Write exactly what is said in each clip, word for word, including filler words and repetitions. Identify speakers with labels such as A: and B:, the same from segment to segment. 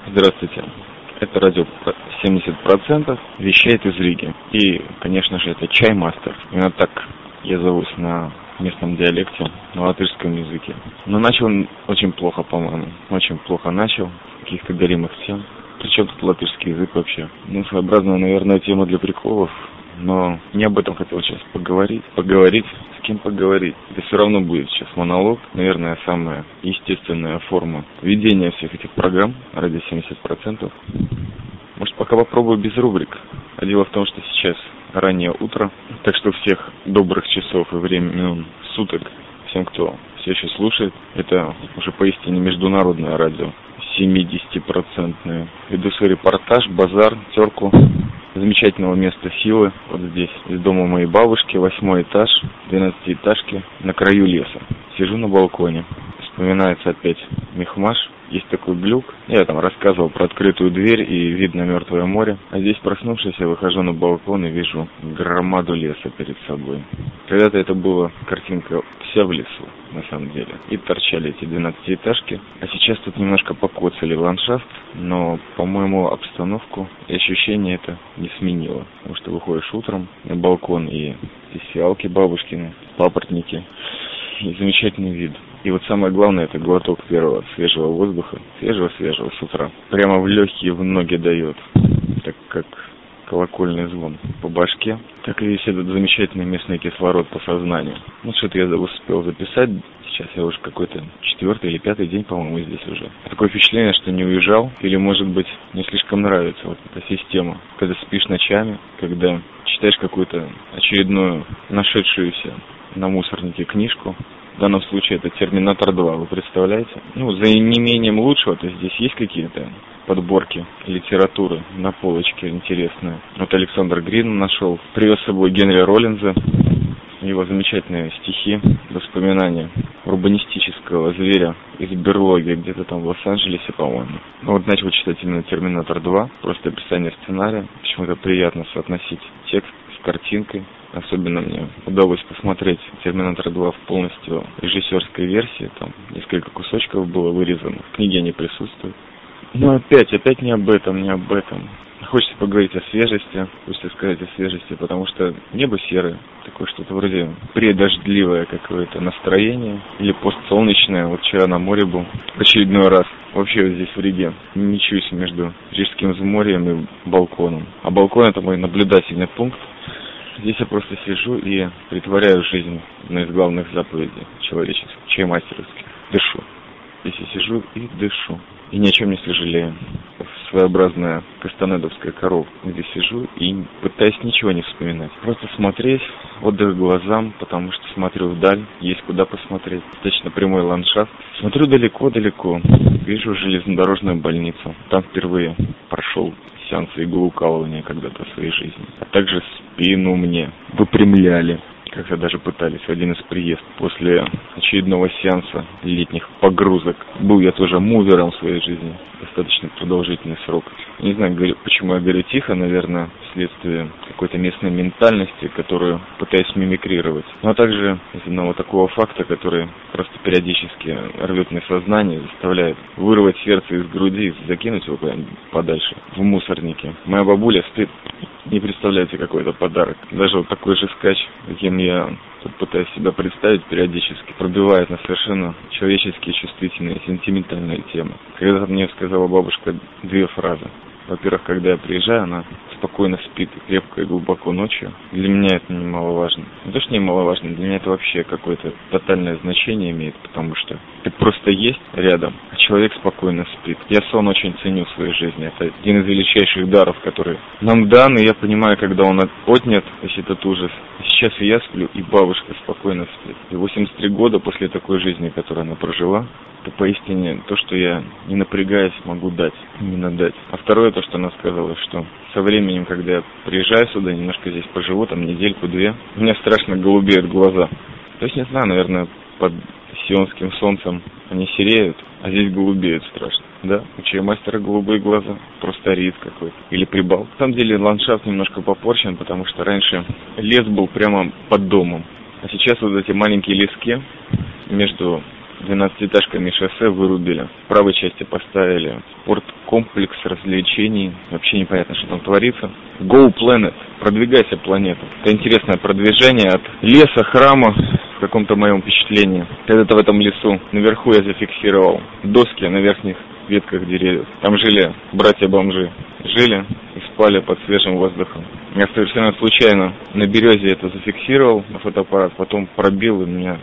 A: Здравствуйте. Это радио семьдесят процентов вещает из Риги. И, конечно же, это Чаймастер. Именно так я зовусь на местном диалекте, на латышском языке. Но начал он очень плохо, по-моему. Очень плохо начал. Каких-то горимых тем. Причем тут латышский язык вообще? Ну, своеобразная, наверное, тема для приколов. Но не об этом хотел сейчас поговорить. Поговорить? С кем поговорить? Это все равно будет сейчас монолог. Наверное, самая естественная форма ведения всех этих программ. Радио семьдесят процентов. Может, пока попробую без рубрик. А дело в том, что сейчас раннее утро. Так что всех добрых часов и времен суток всем, кто все еще слушает. Это уже поистине международное радио. семидесятипроцентное. Веду свой репортаж, базар, терку замечательного места силы. Вот здесь, из дома моей бабушки, восьмой этаж, двенадцатиэтажки, на краю леса. Сижу на балконе. Вспоминается опять Мехмаш. Есть такой глюк. Я там рассказывал про открытую дверь и вид на Мертвое море. А здесь, проснувшись, я выхожу на балкон и вижу громаду леса перед собой. Когда-то это была картинка вся в лесу, на самом деле. И торчали эти двенадцатиэтажки. А сейчас тут немножко покоцали ландшафт, но, по-моему, обстановку и ощущение это не сменило. Потому что выходишь утром на балкон, и здесь фиалки бабушкины, папоротники, и замечательный вид. И вот самое главное, это глоток первого свежего воздуха, свежего-свежего с утра. Прямо в легкие, в ноги дает, так как колокольный звон по башке, так и весь этот замечательный местный кислород по сознанию. Ну, что-то я успел записать, сейчас я уже какой-то четвертый или пятый день, по-моему, здесь уже. Такое впечатление, что не уезжал, или, может быть, не слишком нравится вот эта система. Когда спишь ночами, когда читаешь какую-то очередную нашедшуюся на мусорнике книжку. В данном случае это «Терминатор два», вы представляете? Ну, за неимением лучшего-то здесь есть какие-то подборки литературы на полочке интересные. Вот Александр Грин нашел, привез с собой Генри Роллинза, его замечательные стихи, воспоминания урбанистического зверя из берлоги, где-то там в Лос-Анджелесе, по-моему. Ну, вот начал читать именно «Терминатор два», просто описание сценария. Почему-то приятно соотносить текст с картинкой. Особенно мне удалось посмотреть «Терминатор два» в полностью режиссерской версии. Там несколько кусочков было вырезано. В книге они присутствуют. Но опять, опять не об этом, не об этом. Хочется поговорить о свежести, хочется сказать о свежести, потому что небо серое, такое что-то вроде преддождливое какое-то настроение, или постсолнечное. Вот вчера на море был в очередной раз, вообще вот здесь в Риге, мечусь между Рижским взморьем и балконом. А балкон — это мой наблюдательный пункт. Здесь я просто сижу и притворяю жизнь, одна из главных заповедей человеческих, чаймастеровских. Дышу. Здесь я сижу и дышу. И ни о чем не сожалею. Своеобразная кастанедовская корова, где сижу и пытаюсь ничего не вспоминать. Просто смотреть, отдых глазам, потому что смотрю вдаль, есть куда посмотреть. Достаточно прямой ландшафт. Смотрю далеко-далеко, вижу железнодорожную больницу. Там впервые прошел сеансы иглоукалывания когда-то в своей жизни. А также спину мне выпрямляли. Когда даже пытались в один из приездов после очередного сеанса летних погрузок. Был я тоже мувером в своей жизни. Достаточно продолжительный срок. Не знаю, почему я говорю тихо, наверное, вследствие какой-то местной ментальности, которую пытаюсь мимикрировать. Но также из одного такого факта, который просто периодически рвет мне сознание, заставляет вырвать сердце из груди и закинуть его куда-нибудь подальше, в мусорнике. Моя бабуля спит, не представляете, какой это подарок. Даже вот такой же скач, каким я тут пытаюсь себя представить периодически, пробивает на совершенно человеческие, чувствительные, сентиментальные темы. Когда-то мне сказала бабушка две фразы. Во-первых, когда я приезжаю, она спокойно спит и крепко и глубоко ночью. Для меня это немаловажно. Не то, что немаловажно, для меня это вообще какое-то тотальное значение имеет, потому что ты просто есть рядом, а человек спокойно спит. Я сон очень ценю в своей жизни. Это один из величайших даров, который нам дан, и я понимаю, когда он отнят, весь этот ужас. Сейчас и я сплю, и бабушка спокойно спит. И восемьдесят три года после такой жизни, которую она прожила, это поистине то, что я, не напрягаясь, могу дать, именно дать. А второе, то, что она сказала, что со временем, когда я приезжаю сюда, немножко здесь поживу, там недельку-две, у меня страшно голубеют глаза. То есть, не знаю, наверное, под сионским солнцем они сереют, а здесь голубеют страшно. Да, у чаймастера голубые глаза, просто рид какой-то, или прибал. На самом деле ландшафт немножко попорчен, потому что раньше лес был прямо под домом. А сейчас вот эти маленькие лески между двенадцатиэтажками шоссе вырубили. В правой части поставили спорт комплекс развлечений. Вообще непонятно, что там творится. Go Planet. Продвигайся, планета. Это интересное продвижение от леса, храма, в каком-то моем впечатлении. Когда-то в этом лесу наверху я зафиксировал доски на верхних ветках деревьев. Там жили братья-бомжи. Жили и спали под свежим воздухом. Я совершенно случайно на березе это зафиксировал на фотоаппарат, потом пробил, и меня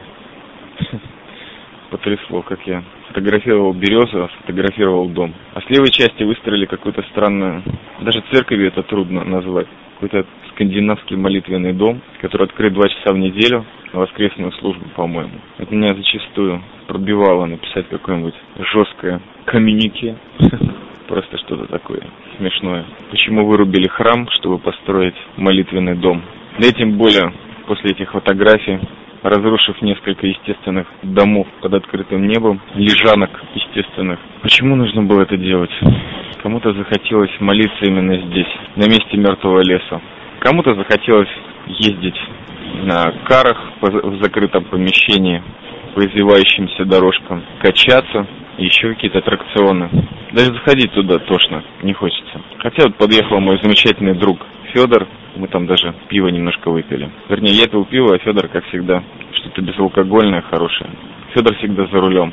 A: потрясло, как я фотографировал березу, а сфотографировал дом. А с левой части выстроили какую-то странную, даже церковью это трудно назвать, какой-то скандинавский молитвенный дом, который открыт два часа в неделю на воскресную службу, по-моему. Это меня зачастую пробивало написать какое-нибудь жесткое коммюнике. Просто что-то такое смешное. Почему вырубили храм, чтобы построить молитвенный дом? Да и тем более, после этих фотографий, разрушив несколько естественных домов под открытым небом, лежанок естественных. Почему нужно было это делать? Кому-то захотелось молиться именно здесь, на месте мертвого леса. Кому-то захотелось ездить на карах в закрытом помещении, по извивающимся дорожкам, качаться, и еще какие-то аттракционы. Даже заходить туда тошно, не хочется. Хотя вот подъехал мой замечательный друг Федор, мы там даже пиво немножко выпили. Вернее, я пил пиво, а Федор, как всегда, что-то безалкогольное, хорошее. Федор всегда за рулем.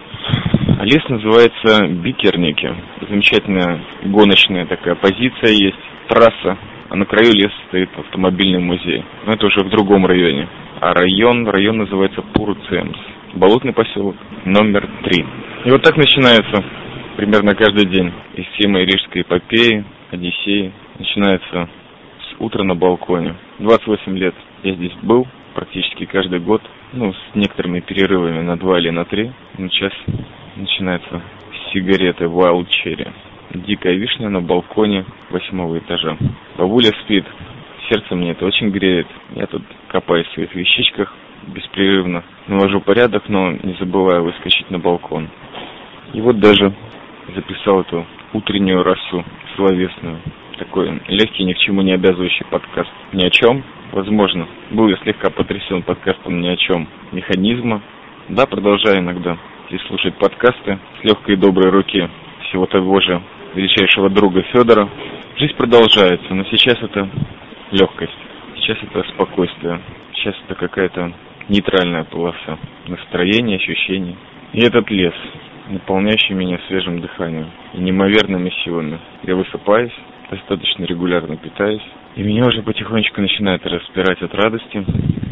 A: А лес называется Бикерники. Замечательная гоночная такая позиция есть, трасса. А на краю леса стоит автомобильный музей. Но это уже в другом районе. А район, район называется Пуруцемс. Болотный поселок номер три. И вот так начинается примерно каждый день из всей моей рижской эпопеи, Одиссеи. Начинается с утра на балконе. двадцать восемь лет я здесь был, практически каждый год. Ну, с некоторыми перерывами на два или на три. Но сейчас начинается с сигареты Wild Cherry. Дикая вишня на балконе восьмого этажа. Бабуля спит. Сердце мне это очень греет. Я тут копаюсь в своих вещичках беспрерывно. Навожу порядок, но не забываю выскочить на балкон. И вот даже записал эту утреннюю росу словесную. Такой легкий, ни к чему не обязывающий подкаст. Ни о чем. Возможно, был я слегка потрясен подкастом ни о чем механизма. Да, продолжаю иногда здесь слушать подкасты с легкой и доброй руки всего того же величайшего друга Федора. Жизнь продолжается, но сейчас это легкость, сейчас это спокойствие, сейчас это какая-то нейтральная полоса настроения, ощущений. И этот лес, наполняющий меня свежим дыханием и неимоверными силами. Я высыпаюсь, достаточно регулярно питаюсь, и меня уже потихонечку начинает распирать от радости.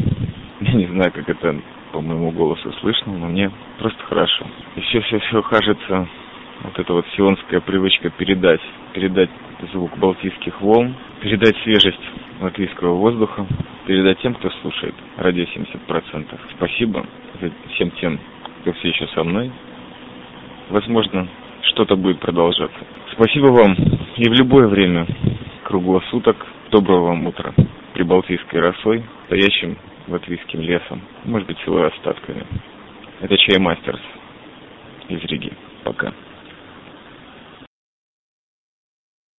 A: Я не знаю, как это по моему голосу слышно, но мне просто хорошо. И все-все-все кажется, вот эта вот сионская привычка передать, передать звук балтийских волн, передать свежесть латвийского воздуха, передать тем, кто слушает. Радио семьдесят процентов. Спасибо всем тем, кто все еще со мной. Возможно, что-то будет продолжаться. Спасибо вам и в любое время круглосуток. Доброго вам утра. Прибалтийской росой, стоящим латвийским лесом, может быть, с его остатками. Это Чаймастерс из Риги. Пока.